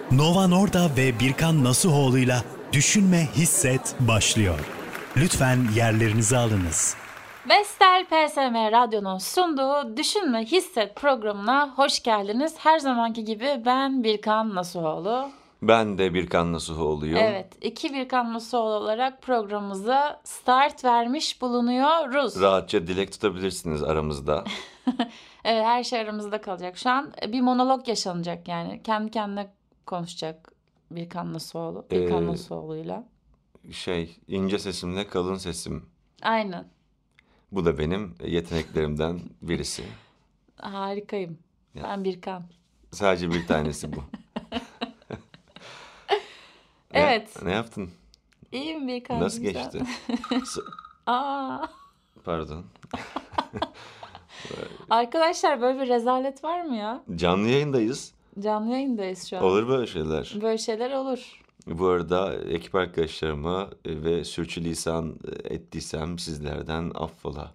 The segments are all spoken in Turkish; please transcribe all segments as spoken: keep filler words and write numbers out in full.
Nova Norda ve Birkan Nasuhoğlu'yla Düşünme Hisset başlıyor. Lütfen yerlerinizi alınız. Vestel P S M Radyo'nun sunduğu Düşünme Hisset programına hoş geldiniz. Her zamanki gibi ben Birkan Nasuhoğlu. Ben de Birkan Nasuhoğlu'yum. Evet, iki Birkan Nasuhoğlu olarak programımıza start vermiş bulunuyoruz. Rahatça dilek tutabilirsiniz aramızda. Evet, her şey aramızda kalacak. Şu an bir monolog yaşanacak yani. Kendi kendine konuşacak Birkan Nasuhoğlu. Birkan ee, Nasuhoğlu'yla. Şey, ince sesimle kalın sesim. Aynen. Bu da benim yeteneklerimden birisi. Harikayım. Ya. Ben Birkan. Sadece bir tanesi bu. Evet. Ne, ne yaptın? İyiyim Birkan. Nasıl güzel. Geçti? Aa. Pardon. Arkadaşlar böyle bir rezalet var mı ya? Canlı yayındayız. Canlı yayındayız şu an. Olur böyle şeyler. Böyle şeyler olur. Bu arada ekip arkadaşlarıma ve sürçülisan ettiysem sizlerden affola.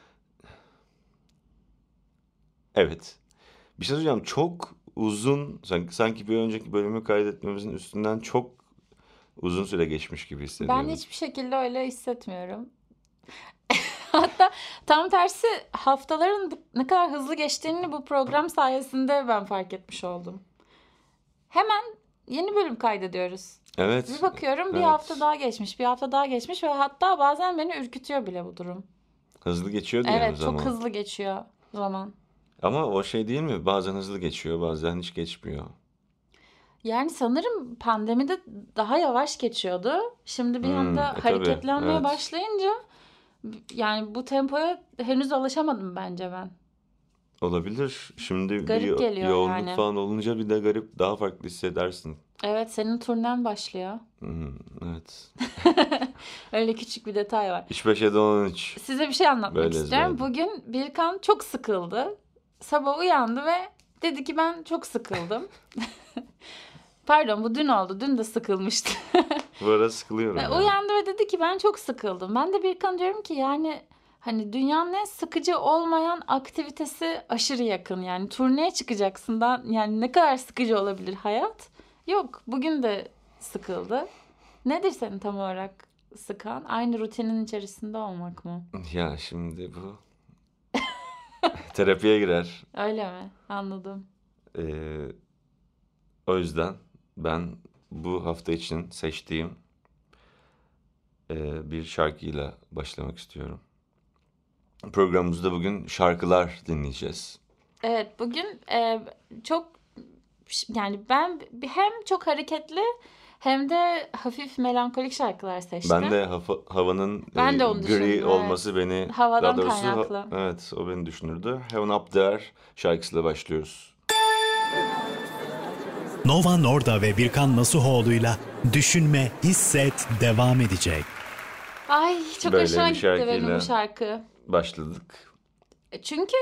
Evet. Bir şey söyleyeceğim. Çok uzun, sanki, sanki bir önceki bölümü kaydetmemizin üstünden çok uzun süre geçmiş gibi hissediyorum. Ben hiçbir şekilde öyle hissetmiyorum. Hatta tam tersi haftaların ne kadar hızlı geçtiğini bu program sayesinde ben fark etmiş oldum. Hemen yeni bölüm kaydediyoruz. Evet. Bir bakıyorum bir evet. hafta daha geçmiş, bir hafta daha geçmiş ve hatta bazen beni ürkütüyor bile bu durum. Hızlı geçiyor diye evet, o zaman. Evet, çok hızlı geçiyor zaman. Ama o şey değil mi? Bazen hızlı geçiyor, bazen hiç geçmiyor. Yani sanırım pandemide daha yavaş geçiyordu. Şimdi bir hmm, anda e, hareketlenmeye evet. başlayınca yani bu tempoya henüz alışamadım bence ben. Olabilir. Şimdi garip bir yoğunluk yani. falan olunca bir de garip, daha farklı hissedersin. Evet, senin turnen başlıyor. Hmm, evet. Öyle küçük bir detay var. üç beş yedi on üç. Size bir şey anlatmak Böyle istiyorum. Ezberdim. Bugün Birkan çok sıkıldı. Sabah uyandı ve dedi ki ben çok sıkıldım. Pardon, bu dün oldu. Dün de sıkılmıştı. Bu ara sıkılıyorum. Yani. Uyandı ve dedi ki ben çok sıkıldım. Ben de Birkan diyorum ki yani hani dünyanın en sıkıcı olmayan aktivitesi aşırı yakın. Yani turneye çıkacaksın da yani ne kadar sıkıcı olabilir hayat? Yok, bugün de sıkıldı. Nedir senin tam olarak sıkan? Aynı rutinin içerisinde olmak mı? Ya şimdi bu terapiye girer. Öyle mi? Anladım. Ee, o yüzden ben bu hafta için seçtiğim e, bir şarkıyla başlamak istiyorum. Programımızda bugün şarkılar dinleyeceğiz. Evet, bugün e, çok yani ben hem çok hareketli hem de hafif melankolik şarkılar seçtim. Ben de hava, havanın ben e, de onu gri düşündüm, olması evet. beni havadan daha doğrusu, kaynaklı. Ha, evet, o beni düşündürdü. Heaven Up There şarkısıyla başlıyoruz. Nova Norda ve Birkan Nasuhoğlu'yla Düşünme Hisset devam edecek. Ay çok Böyle hoşuma gitti benim bu şarkı. Başladık. Çünkü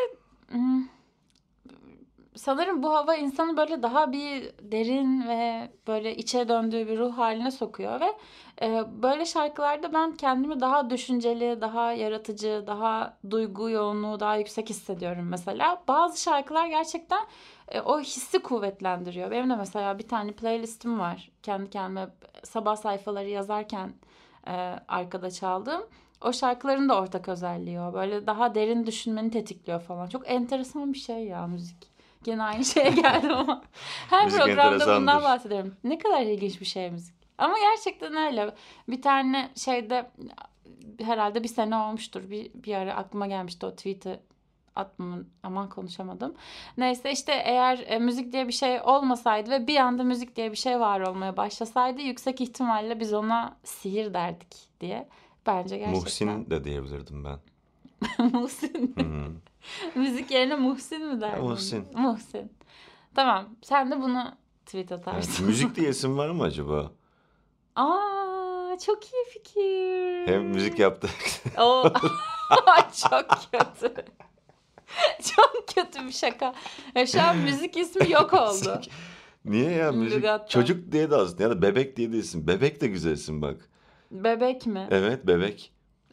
sanırım bu hava insanı böyle daha bir derin ve böyle içe döndüğü bir ruh haline sokuyor ve böyle şarkılarda ben kendimi daha düşünceli, daha yaratıcı, daha duygu yoğunluğu daha yüksek hissediyorum mesela. Bazı şarkılar gerçekten o hissi kuvvetlendiriyor. Benim de mesela bir tane playlistim var. Kendi kendime sabah sayfaları yazarken arkada çaldığım. O şarkıların da ortak özelliği o. Böyle daha derin düşünmeni tetikliyor falan. Çok enteresan bir şey ya müzik. Gene aynı şeye geldim ama. Her müzik programda bundan bahsediyorum. Ne kadar ilginç bir şey müzik. Ama gerçekten öyle. Bir tane şeyde herhalde bir sene olmuştur. Bir, bir ara aklıma gelmişti o tweet'i atmamın. Aman konuşamadım. Neyse işte eğer e, müzik diye bir şey olmasaydı ve bir anda müzik diye bir şey var olmaya başlasaydı yüksek ihtimalle biz ona sihir derdik diye. Bence gerçekten. Muhsin de diyebilirdim ben. Muhsin. Hmm. Müzik yerine Muhsin mi derdin? Muhsin. Muhsin. Tamam. Sen de bunu tweet atarsın. Yani, müzik diye isim var mı acaba? Aa, çok iyi fikir. Hem müzik yaptık. O çok kötü. Çok kötü bir şaka. Ya şu an müzik ismi yok oldu. Niye ya? Müzik Lügattan. Çocuk diye de aslında ya da bebek diye de isim. Bebek de güzel isim bak. Bebek mi? Evet, bebek.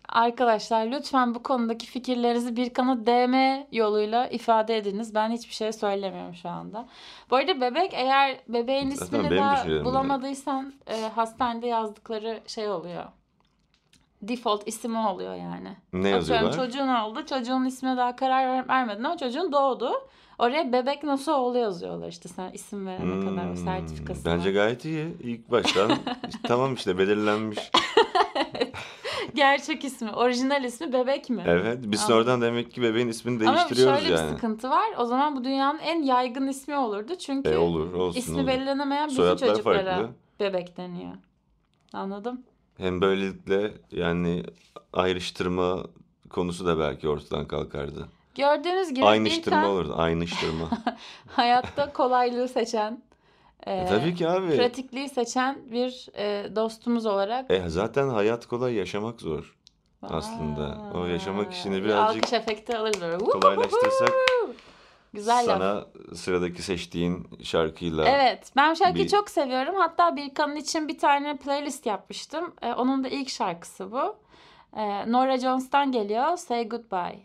Arkadaşlar lütfen bu konudaki fikirlerinizi Birkan'a D M yoluyla ifade ediniz. Ben hiçbir şey söylemiyorum şu anda. Bu arada bebek, eğer bebeğin Zaten ismini benim daha düşüncelerim bunlar. bulamadıysan e, hastanede yazdıkları şey oluyor. Default ismi oluyor yani. Ne Atıyorum yazıyorlar? çocuğun oldu. Çocuğun ismine daha karar ver- vermedin ama çocuğun doğdu. Oraya bebek Nasuoğlu yazıyorlar işte sen isim verene kadar o Hmm, sertifikasını. bence gayet iyi. İlk baştan tamam işte belirlenmiş. Gerçek ismi, orijinal ismi bebek mi? Evet, biz Anladım. sonradan demek ki bebeğin ismini Ama değiştiriyoruz şöyle bir yani. sıkıntı var. O zaman bu dünyanın en yaygın ismi olurdu. Çünkü E olur, olsun ismi olur. belirlenemeyen bütün Soyadlar çocuklara farklı. bebek deniyor. Anladım. Hem böylelikle yani ayrıştırma konusu da belki ortadan kalkardı. Gördüğünüz gibi Aynıştırma Birkan olurdu, aynıştırma. hayatta kolaylığı seçen, E e, tabii ki abi. pratikliği seçen bir e, dostumuz olarak. E zaten hayat kolay, yaşamak zor aslında. O yaşamak işini Vay, birazcık alkış efekti alırız böyle. kolaylaştırsak Güzel laf. sana sıradaki seçtiğin şarkıyla Evet, ben şarkıyı bir- çok seviyorum. Hatta Birkan'ın için bir tane playlist yapmıştım. Ee, onun da ilk şarkısı bu. Ee, Norah Jones'tan geliyor. Say Goodbye.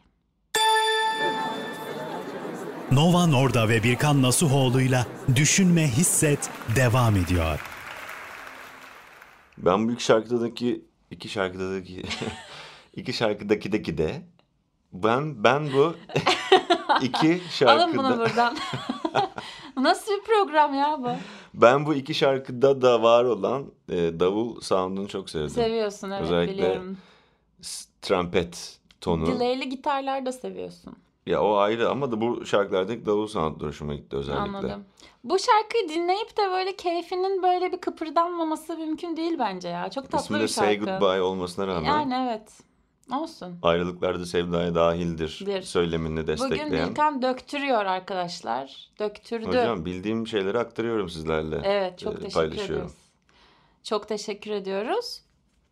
Nova Norda ve Birkan Nasuhoğlu'yla Düşünme Hisset devam ediyor. Ben bu ilk şarkıdaki iki şarkıdaki iki şarkıdaki de ki de ben ben bu iki Alın bunu şarkıda buradan. Nasıl bir program ya bu? ben bu iki şarkıda da var olan e, davul sound'unu çok sevdim. Seviyorsun, evet, Özellikle biliyorum. s- trompet tonu. Delay'li gitarlar da seviyorsun. Ya o ayrı ama da bu şarkılardaki davul sound'u hoşuma gitti özellikle. Anladım. Bu şarkıyı dinleyip de böyle keyfinin böyle bir kıpırdanmaması mümkün değil bence ya. Çok tatlı İsmi de bir Say şarkı. Goodbye olmasına rağmen Yani evet. Olsun. ayrılıklar da sevdaya dahildir Bir. söylemini Bugün destekleyen. Birkan döktürüyor arkadaşlar. Döktürdü. Hocam bildiğim şeyleri aktarıyorum sizlerle. Evet, çok e, teşekkür paylaşıyorum. ediyoruz. Çok teşekkür ediyoruz.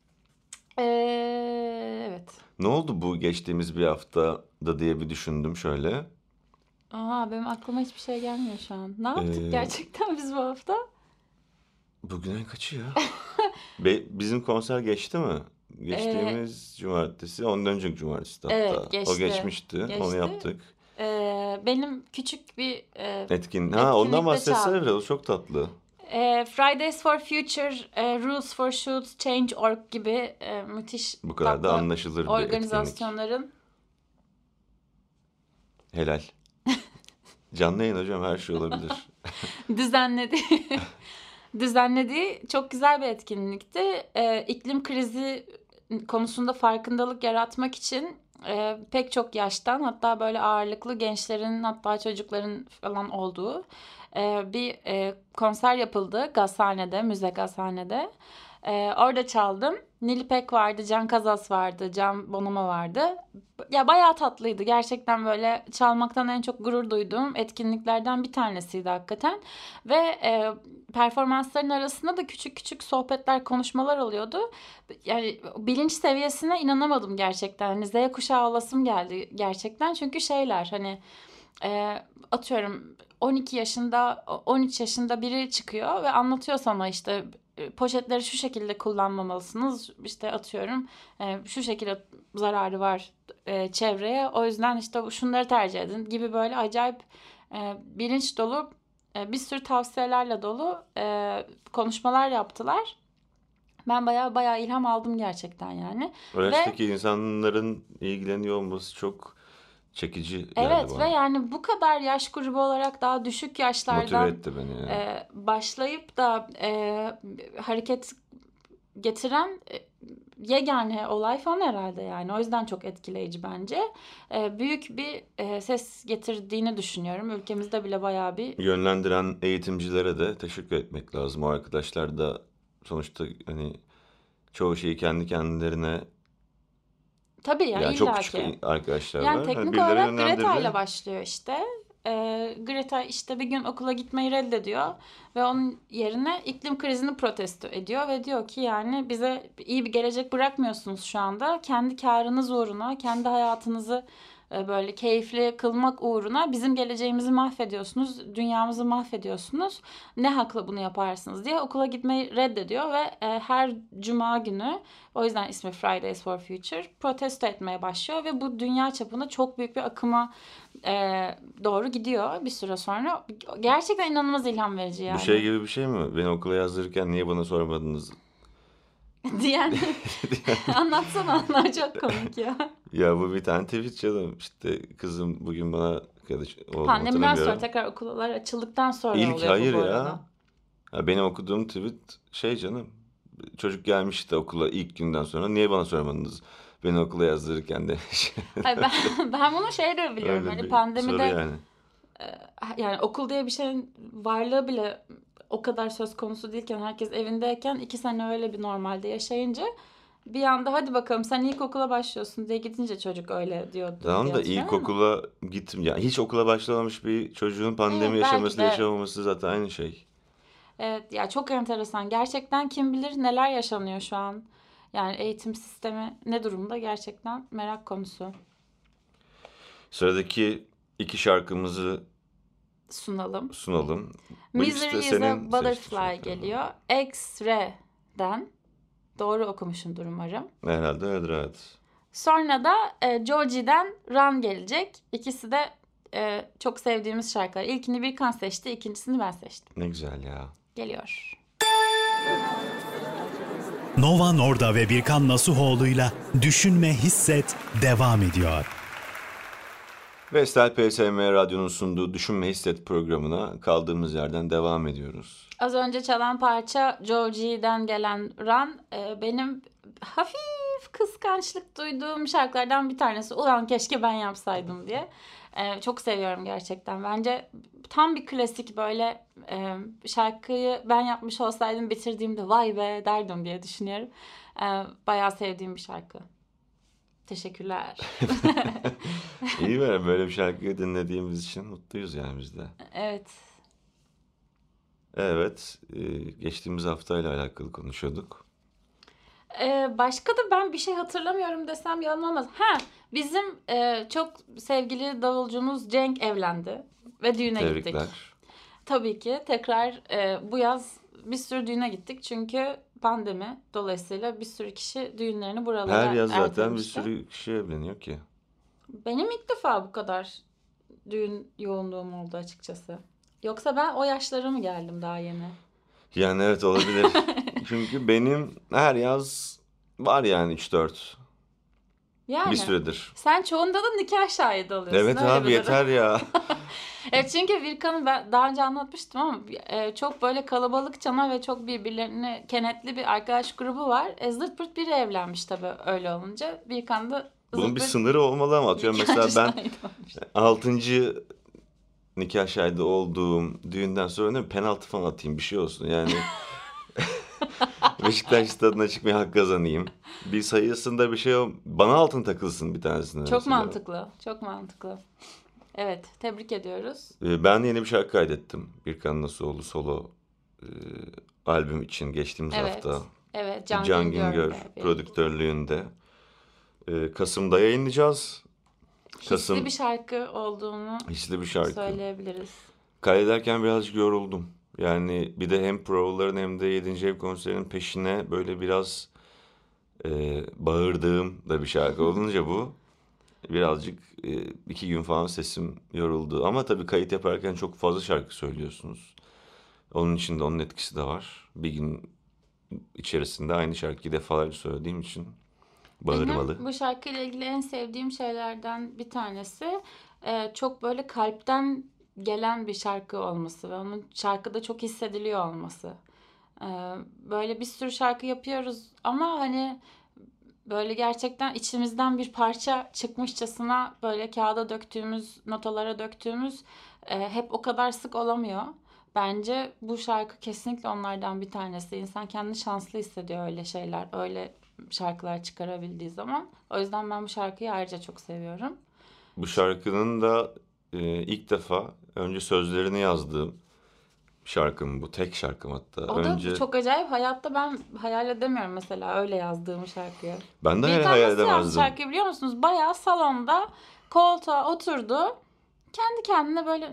Ee, evet. Ne oldu bu geçtiğimiz bir haftada diye bir düşündüm şöyle. Aha, benim aklıma hiçbir şey gelmiyor şu an. Ne yaptık Ee, gerçekten biz bu hafta? Bugün en kaçı ya? Be- bizim konser geçti mi? Geçtiğimiz cumartesi, ondan önceki cumartesi hatta. Evet, geçti. O geçmişti, Geçti. onu yaptık. Ee, benim küçük bir e, Etkin. Ha ondan etkinlikte bahsetsene çaldım. biraz, o çok tatlı. e, Fridays for Future, e, Rules for Shoot, Change nokta org gibi e, müthiş Bu kadar da tatlı anlaşılır bir etkinlik. organizasyonların Helal. Canlı yayın hocam, her şey olabilir. düzenlediği düzenlediği çok güzel bir etkinlikti. Ee, iklim krizi konusunda farkındalık yaratmak için e, pek çok yaştan, hatta böyle ağırlıklı gençlerin, hatta çocukların falan olduğu e, bir e, konser yapıldı Gazhane'de, Müze Gazhane'de. E, orada çaldım. Nilipek vardı, Can Kazas vardı, Can Bonomo vardı. Ya bayağı tatlıydı. Gerçekten böyle çalmaktan en çok gurur duyduğum etkinliklerden bir tanesiydi hakikaten. Ve e, performansların arasında da küçük küçük sohbetler, konuşmalar oluyordu. Yani bilinç seviyesine inanamadım gerçekten. Hani Z kuşağı olasım geldi gerçekten. Çünkü şeyler hani e, atıyorum on iki yaşında, on üç yaşında biri çıkıyor ve anlatıyor sana işte poşetleri şu şekilde kullanmamalısınız. İşte atıyorum e, şu şekilde zararı var e, çevreye. O yüzden işte şunları tercih edin gibi böyle acayip e, bilinç dolu e, bir sürü tavsiyelerle dolu e, konuşmalar yaptılar. Ben bayağı bayağı ilham aldım gerçekten yani. O Ve yaştaki insanların ilgileniyor olması çok çekici geldi evet, bana. ve yani bu kadar yaş grubu olarak daha düşük Motive yaşlardan etti beni yani. e, başlayıp da e, hareket getiren e, yegane olay falan herhalde yani. O yüzden çok etkileyici bence. E, büyük bir e, ses getirdiğini düşünüyorum. Ülkemizde bile bayağı bir Yönlendiren eğitimcilere de teşekkür etmek lazım. O arkadaşlar da sonuçta hani çoğu şeyi kendi kendilerine, tabii ya yani çok illaki. küçük arkadaşlar Yani var. teknik Hani birileri olarak yönlendirdi. Greta ile başlıyor işte. Ee, Greta işte bir gün okula gitmeyi reddediyor ve onun yerine iklim krizini protesto ediyor ve diyor ki yani bize iyi bir gelecek bırakmıyorsunuz şu anda. Kendi karınız uğruna, kendi hayatınızı e, böyle keyifli kılmak uğruna bizim geleceğimizi mahvediyorsunuz, dünyamızı mahvediyorsunuz. Ne hakla bunu yaparsınız diye okula gitmeyi reddediyor ve e, her cuma günü, o yüzden ismi Fridays for Future, protesto etmeye başlıyor ve bu dünya çapında çok büyük bir akıma e, doğru gidiyor bir süre sonra. Gerçekten inanılmaz ilham verici yani. Bu şey gibi bir şey mi? Beni okula yazdırırken niye bana sormadınız? Diyen anlatsana, onlar çok komik ya. Ya bu bir tane tweet canım. İşte kızım bugün bana arkadaş oğlum Pandemiden sonra hatırlamıyorum. tekrar okullar açıldıktan sonra İlk oluyor hayır bu bu ya. arada. Ya benim okuduğum tweet şey canım. Çocuk gelmişti okula ilk günden sonra. Niye bana sormadınız? Beni okula yazdırırken demiş. Hayır, ben, ben bunu şey de biliyorum. Öyle Hani bir pandemide soru yani. e, yani okul diye bir şeyin varlığı bile o kadar söz konusu değilken, herkes evindeyken iki sene öyle bir normalde yaşayınca bir anda hadi bakalım sen ilkokula başlıyorsun diye gidince çocuk öyle diyordu Tamam diye da hatırlıyorum ama. ilkokula gittim. Yani hiç okula başlamamış bir çocuğun pandemi Evet, belki yaşaması de. yaşamaması zaten aynı şey. Evet ya, çok enteresan. Gerçekten kim bilir neler yaşanıyor şu an. Yani eğitim sistemi ne durumda, gerçekten merak konusu. Sıradaki iki şarkımızı Sunalım. sunalım. Bu Misery işte is senin a seçtiğin Butterfly şarkılar. geliyor. X-Ray'den. Doğru okumuşumdur umarım. Herhalde öyledir, evet. Sonra da e, Georgie'den Run gelecek. İkisi de e, çok sevdiğimiz şarkılar. İlkini Birkan seçti, ikincisini ben seçtim. Ne güzel ya. Geliyor. Nova Norda ve Birkan Nasuhoğlu'yla Düşünme Hisset devam ediyor. Vestel P S M Radyo'nun sunduğu Düşünme Hisset programına kaldığımız yerden devam ediyoruz. Az önce çalan parça Georgie'den gelen Run e, benim hafif kıskançlık duyduğum şarkılardan bir tanesi. Ulan keşke ben yapsaydım diye. E, çok seviyorum gerçekten. Bence tam bir klasik, böyle e, şarkıyı ben yapmış olsaydım bitirdiğimde vay be derdim diye düşünüyorum. E, bayağı sevdiğim bir şarkı. Teşekkürler. İyi mi? Böyle bir şarkıyı dinlediğimiz için mutluyuz yani biz de. Evet. Evet, e, geçtiğimiz haftayla alakalı konuşuyorduk. Ee, başka da ben bir şey hatırlamıyorum desem yalan olmaz. Ha, bizim e, çok sevgili davulcumuz Cenk evlendi ve düğüne gittik. Tebrikler. Tabii ki tekrar e, bu yaz bir sürü düğüne gittik. Çünkü pandemi dolayısıyla bir sürü kişi düğünlerini buralara Her yaz zaten bir ertelemişti. sürü kişi evleniyor ki. Benim ilk defa bu kadar düğün yoğunluğum oldu açıkçası. Yoksa ben o yaşlara mı geldim daha yeni? Yani evet, olabilir. Çünkü benim her yaz var yani üç dört. Yani Bir süredir. sen çoğunda da nikah şahidi oluyorsun. Evet öyle abi, bir durum. yeter ya. Evet, çünkü Virkan'ı ben daha önce anlatmıştım ama e, çok böyle kalabalık çana ve çok birbirlerine kenetli bir arkadaş grubu var. E, zırt pırt biri evlenmiş tabii öyle olunca. Virkan da Bunun zırt bir pırt sınırı olmalı ama atıyorum nikah mesela ben şahidi olmuş. altıncı nikah şahidi olduğum düğünden sonra ne penaltı falan atayım, bir şey olsun yani. Beşiktaş stadına çıkmaya hak kazanayım. Bir sayısında bir şey o. Bana altın takılsın bir tanesinde. Çok mesela. mantıklı. Çok mantıklı. Evet, tebrik ediyoruz. Ee, Ben yeni bir şarkı kaydettim. Birkan Nasuhoğlu solo e, albüm için geçtiğimiz Evet. hafta. Evet, Can, Can Güngör Güngör bir- prodüktörlüğünde. Ee, Kasım'da yayınlayacağız. Kasım Hisli bir şarkı olduğunu hisli bir şarkı. söyleyebiliriz. Kaydederken birazcık yoruldum. Yani bir de hem provaların hem de yedinci ev konserinin peşine böyle biraz e, bağırdığım da bir şarkı olunca bu birazcık e, iki gün falan sesim yoruldu. Ama tabii kayıt yaparken çok fazla şarkı söylüyorsunuz. Onun için de onun etkisi de var. Bir gün içerisinde aynı şarkıyı defalarca söylediğim için bağırmalı. Benim bu şarkıyla ilgili en sevdiğim şeylerden bir tanesi e, çok böyle kalpten gelen bir şarkı olması ve onun şarkıda çok hissediliyor olması. E, böyle bir sürü şarkı yapıyoruz ama hani böyle gerçekten içimizden bir parça çıkmışçasına böyle kağıda döktüğümüz, notalara döktüğümüz e, hep o kadar sık olamıyor. Bence bu şarkı kesinlikle onlardan bir tanesi. İnsan kendini şanslı hissediyor öyle şeyler, öyle şarkılar çıkarabildiği zaman. O yüzden ben bu şarkıyı ayrıca çok seviyorum. Bu şarkının da e, ilk defa önce sözlerini yazdığım şarkım bu. Tek şarkım hatta. O da önce çok acayip. Hayatta ben hayal edemiyorum mesela öyle yazdığım şarkıyı. ben de Birkan hayal nasıl yazdı edemezdim. şarkıyı biliyor musunuz? Bayağı salonda koltuğa oturdu. Kendi kendine böyle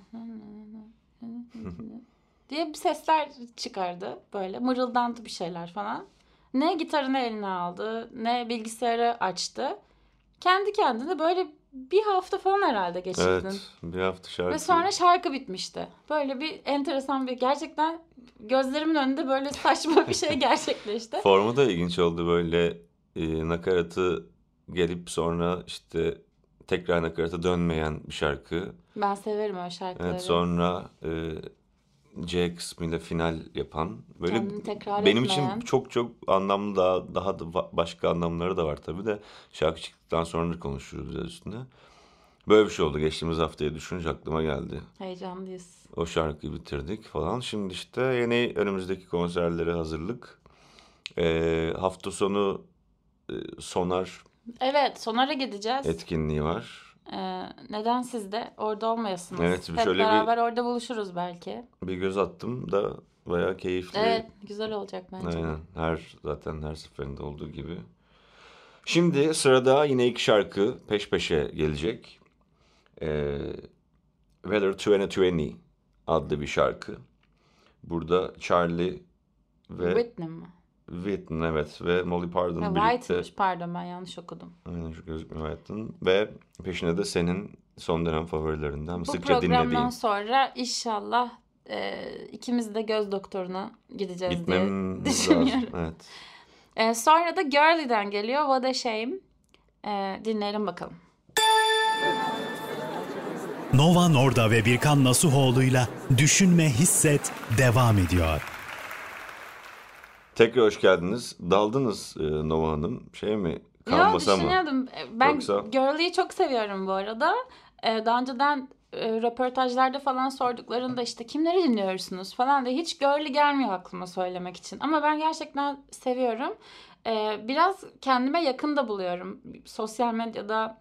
diye bir sesler çıkardı. Böyle mırıldandı bir şeyler falan. Ne gitarını eline aldı, ne bilgisayarı açtı. Kendi kendine böyle bir hafta falan herhalde geçirdin. Evet, bir hafta şarkı. Ve sonra şarkı bitmişti. Böyle bir enteresan bir, gerçekten gözlerimin önünde böyle saçma bir şey gerçekleşti. Formu da ilginç oldu, böyle e, nakaratı gelip sonra işte tekrar nakarata dönmeyen bir şarkı. Ben severim öyle şarkıları. Evet, sonra e, C kısmıyla final yapan. Böyle Kendini tekrar benim etmeyen. için çok çok anlamlı, daha daha da va- başka anlamları da var tabii de, şarkı çıktıktan sonra da konuşuruz biraz üstüne. Böyle bir şey oldu. Geçtiğimiz haftayı düşününce aklıma geldi. Heyecanlıyız. O şarkıyı bitirdik falan. Şimdi işte yeni önümüzdeki konserlere hazırlık. Ee, hafta sonu e, Sonar Evet, Sonar'a gideceğiz. etkinliği var. Ee, neden siz de orada olmayasınız? Evet, bir Hep şöyle bir- beraber orada buluşuruz belki. Bir göz attım da bayağı keyifli. Evet, güzel olacak bence. Aynen. Her zaten her seferinde olduğu gibi. Şimdi sırada yine iki şarkı peş peşe gelecek. Ee, Weather yirmi yirmi adlı bir şarkı. Burada Charlie ve Whitney mi? Whitney, evet, ve Molly Parton Ha, birlikte. White'mış, pardon, ben yanlış okudum. Aynen, şu gözükmüyor Whitney'ın. Ve peşine de senin son dönem favorilerinden Bu sıkça programdan dinlediğin. sonra inşallah e, ikimiz de göz doktoruna gideceğiz Gitmem diye lazım. düşünüyorum. Evet. E, sonra da Girlie'den geliyor What a Shame. E, dinleyelim bakalım. Nova Norda ve Birkan Nasuhoğlu'yla Düşünme Hisset devam ediyor. Tekrar hoş geldiniz. Daldınız e, Nova Hanım. Şey mi? Yo, Kanvasa mı? düşünüyordum. E, Ben Yoksa- Girlie'yi çok seviyorum bu arada. E, daha önceden e, röportajlarda falan sorduklarında işte kimleri dinliyorsunuz falan diye hiç Girlie gelmiyor aklıma söylemek için. Ama ben gerçekten seviyorum. E, biraz kendime yakın da buluyorum. Sosyal medyada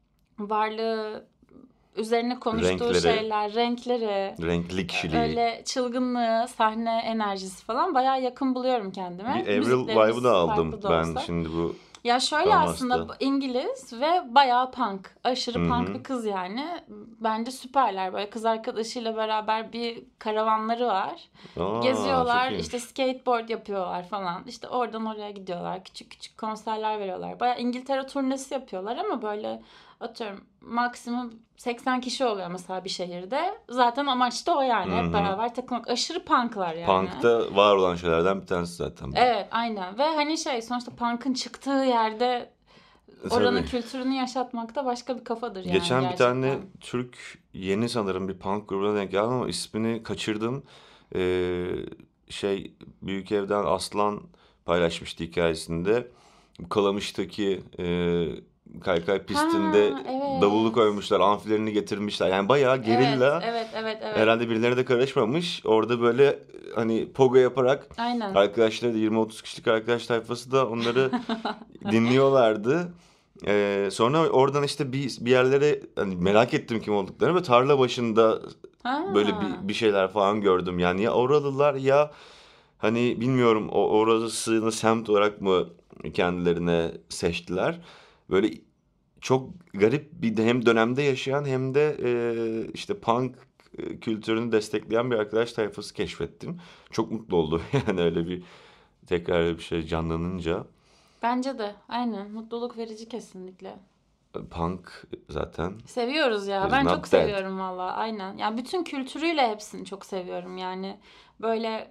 varlığı, üzerine konuştuğu Renkleri. şeyler, renkleri, Renkli kişiliği. öyle çılgınlığı, sahne enerjisi falan bayağı yakın buluyorum kendime. Bir Avril Müziklerimiz vibe'ı da aldım farklı da ben olsa. şimdi bu. Ya şöyle Canvas'ta. aslında İngiliz ve bayağı punk. Aşırı Hı hı. punk bir kız yani. Bence süperler. Böyle kız arkadaşıyla beraber bir karavanları var. Aa, Geziyorlar, çok iyiymiş. işte skateboard yapıyorlar falan. İşte oradan oraya gidiyorlar. Küçük küçük konserler veriyorlar. Bayağı İngiltere turnesi yapıyorlar ama böyle atıyorum maksimum seksen kişi oluyor mesela bir şehirde. Zaten amaç da o yani. Hı hı. Hep beraber takılmak. Aşırı punklar yani. Punk'ta var olan şeylerden bir tanesi zaten bu. Evet, aynen. Ve hani şey, sonuçta punk'ın çıktığı yerde oranın Tabii. kültürünü yaşatmak da başka bir kafadır yani. Geçen bir gerçekten. tane Türk yeni sanırım bir punk grubuna denk geldim ama ismini kaçırdım. Ee, şey Büyük Ev'den Aslan paylaşmıştı hikayesinde. Bu Kalamış'taki e, kaykay pistinde Ha, evet. davulu koymuşlar, amfilerini getirmişler. Yani bayağı gerilla. Evet, evet, evet, evet. Herhalde birilerine de karışmamış. Orada böyle hani pogo yaparak Aynen. arkadaşları da yirmi otuz kişilik arkadaş tayfası da onları dinliyorlardı. Ee, sonra oradan işte bir, bir yerlere hani merak ettim kim olduklarını ve tarla başında Ha. böyle bir, bir şeyler falan gördüm. Yani ya oralılar ya hani bilmiyorum o orasını semt olarak mı kendilerine seçtiler. Böyle çok garip bir de hem dönemde yaşayan hem de e, işte punk e, kültürünü destekleyen bir arkadaş tayfası keşfettim. Çok mutlu oldum yani öyle bir tekrar öyle bir şey canlanınca. Bence de. Aynen. Mutluluk verici kesinlikle. Punk zaten. Seviyoruz ya. Is Ben not çok dead. seviyorum valla. Aynen. Yani bütün kültürüyle hepsini çok seviyorum. Yani böyle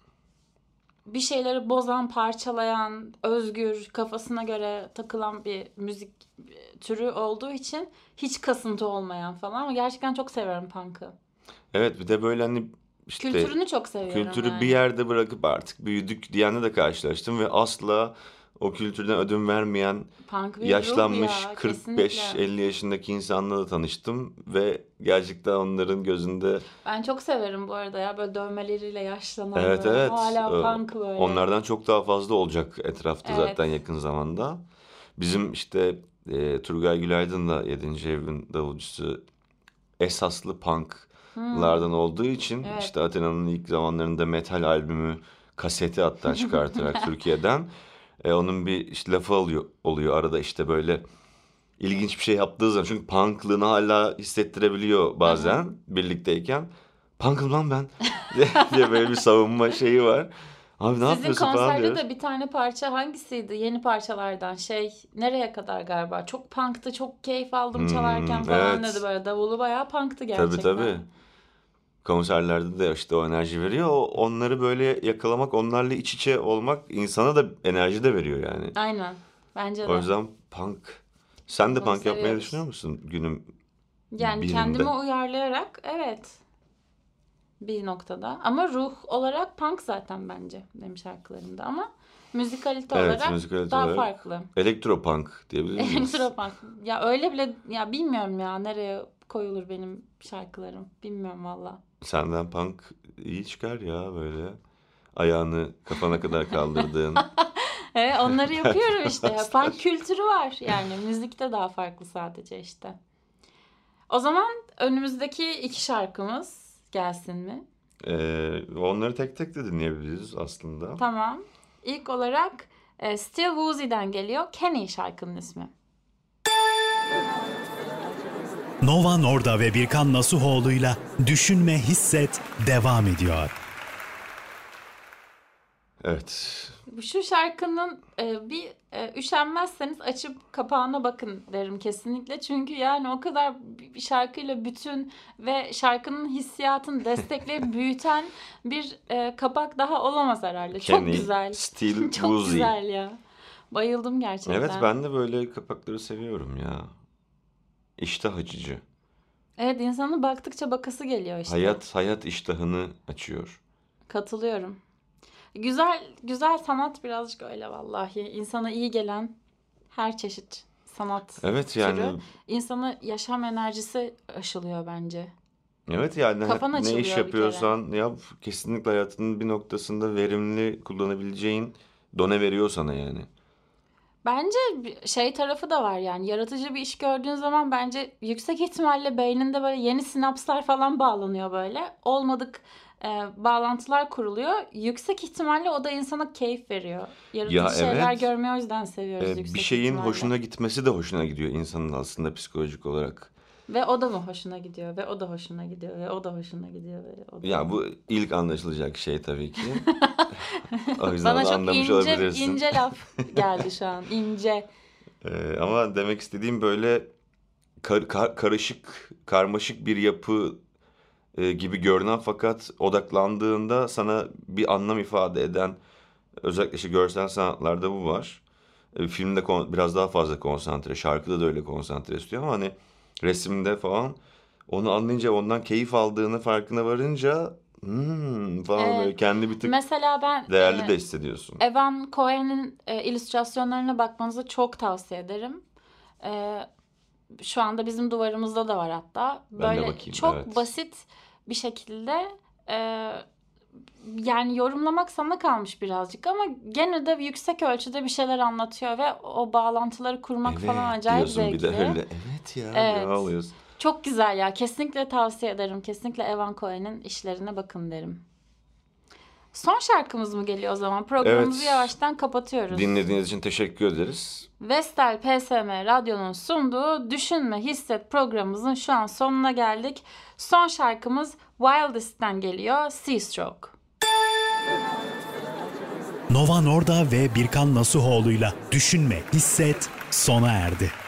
bir şeyleri bozan, parçalayan, özgür, kafasına göre takılan bir müzik türü olduğu için hiç kasıntı olmayan falan. Ama gerçekten çok seviyorum punk'ı. Evet, bir de böyle hani işte Kültürünü çok seviyorum kültürü yani. bir yerde bırakıp artık büyüdük diyenle de karşılaştım ve asla o kültürden ödün vermeyen Punk bir ruh yaşlanmış ya, kırk beş kesinlikle. elli yaşındaki insanla da tanıştım ve gerçekten onların gözünde Ben çok severim bu arada ya, böyle dövmeleriyle yaşlanan, evet böyle evet hala e, punk böyle. onlardan çok daha fazla olacak etrafta Evet. zaten yakın zamanda. Bizim işte e, Turgay Gülaydın da yedinci Evin davulcusu esaslı punklardan olduğu için Hmm. Evet. işte Athena'nın ilk zamanlarında metal albümü kaseti hatta çıkartarak Türkiye'den e, onun bir işte lafı oluyor, oluyor arada işte böyle ilginç bir şey yaptığı zaman. Çünkü punklığını hala hissettirebiliyor bazen Hı-hı. birlikteyken. Punk'ım lan ben diye böyle bir savunma şeyi var. Abi ne Sizin yapıyorsun falan konserde diyoruz. de bir tane parça hangisiydi? Yeni parçalardan şey nereye kadar galiba? Çok punktı, çok keyif aldım Hmm, çalarken falan evet. dedi böyle. Davulu bayağı punktı Tabii gerçekten. tabii. Konserlerde de işte o enerji veriyor. O- Onları böyle yakalamak, onlarla iç içe olmak insana da enerji de veriyor yani. Aynen. Bence O de. yüzden punk. Sen de Bunu punk yapmayı seviyoruz. düşünüyor musun günün Yani birinde? kendimi uyarlayarak evet bir noktada. Ama ruh olarak punk zaten bence benim şarkılarımda ama müzikalite Evet, olarak müzikalite daha olarak farklı. elektropunk diyebilir miyiz? Elektropunk. Ya öyle bile ya bilmiyorum ya nereye koyulur benim şarkılarım. Bilmiyorum valla. Senden punk iyi çıkar ya böyle. Ayağını kafana kadar kaldırdığın. Evet, onları yapıyorum işte. Ya, performanslar. punk kültürü var. Yani müzikte daha farklı sadece işte. O zaman önümüzdeki iki şarkımız gelsin mi? Ee, onları tek tek de dinleyebiliriz aslında. Tamam. İlk olarak e, Still Woozy'den geliyor. Kenny şarkının ismi. Nova Norda ve Birkan Nasuhoğlu'yla Düşünme Hisset devam ediyor. Evet. Şu şarkının e, bir e, üşenmezseniz açıp kapağına bakın derim kesinlikle. Çünkü yani o kadar bir şarkıyla bütün ve şarkının hissiyatını destekleyip büyüten bir e, kapak daha olamaz herhalde. Çok Kenny, güzel. Still Çok Woozy. güzel ya. Bayıldım gerçekten. Evet, ben de böyle kapakları seviyorum ya. İştah açıcı. Evet, insanın baktıkça bakası geliyor işte. Hayat hayat iştahını açıyor. Katılıyorum. Güzel güzel sanat birazcık öyle vallahi. İnsana iyi gelen her çeşit sanat Evet yani. türü insana yaşam enerjisi aşılıyor bence. Evet yani Kafan ne açılıyor iş bir yapıyorsan yap, kesinlikle hayatının bir noktasında verimli kullanabileceğin done veriyor sana yani. Bence bir şey tarafı da var yani yaratıcı bir iş gördüğün zaman bence yüksek ihtimalle beyninde böyle yeni sinapslar falan bağlanıyor böyle. Olmadık e, bağlantılar kuruluyor. Yüksek ihtimalle o da insana keyif veriyor. Yaratıcı Ya şeyler evet. görmeyi o yüzden seviyoruz Ee, yüksek bir şeyin ihtimalle. hoşuna gitmesi de hoşuna gidiyor insanın aslında psikolojik olarak. Ve o da mı hoşuna gidiyor ve o da hoşuna gidiyor ve o da hoşuna gidiyor ve o da. Ya bu ilk anlaşılacak şey tabii ki. O yüzden Bana onu çok anlamış ince olabilirsin. ince laf geldi şu an. İnce. Ee, ama demek istediğim böyle kar- kar- karışık, karmaşık bir yapı e, gibi görünen fakat odaklandığında sana bir anlam ifade eden, özellikle işte görsel sanatlarda bu var. E, filmde kon- biraz daha fazla konsantre, şarkıda da öyle konsantre istiyor ama hani resimde falan onu anlayınca, ondan keyif aldığını farkına varınca hmm, falan Evet. böyle kendi bir tık Mesela ben değerli e, de hissediyorsun. Evan Cohen'in e, illüstrasyonlarına bakmanızı çok tavsiye ederim. E, şu anda bizim duvarımızda da var hatta. Ben de Böyle bakayım, çok evet. basit bir şekilde e, yani yorumlamak sana kalmış birazcık ama gene de yüksek ölçüde bir şeyler anlatıyor ve o bağlantıları kurmak falan Evet acayip diyorsun bir de zevkli. öyle. Evet ya, Evet. ne oluyorsun? Çok güzel ya. Kesinlikle tavsiye ederim. Kesinlikle Evan Cohen'in işlerine bakın derim. Son şarkımız mı geliyor o zaman? Programımızı Evet. yavaştan kapatıyoruz. Dinlediğiniz için teşekkür ederiz. Vestel P S M Radyo'nun sunduğu Düşünme Hisset programımızın şu an sonuna geldik. Son şarkımız Wildest'ten geliyor. Seastroke. Nova Norda ve Birkan Nasuhoğlu'yla Düşünme Hisset sona erdi.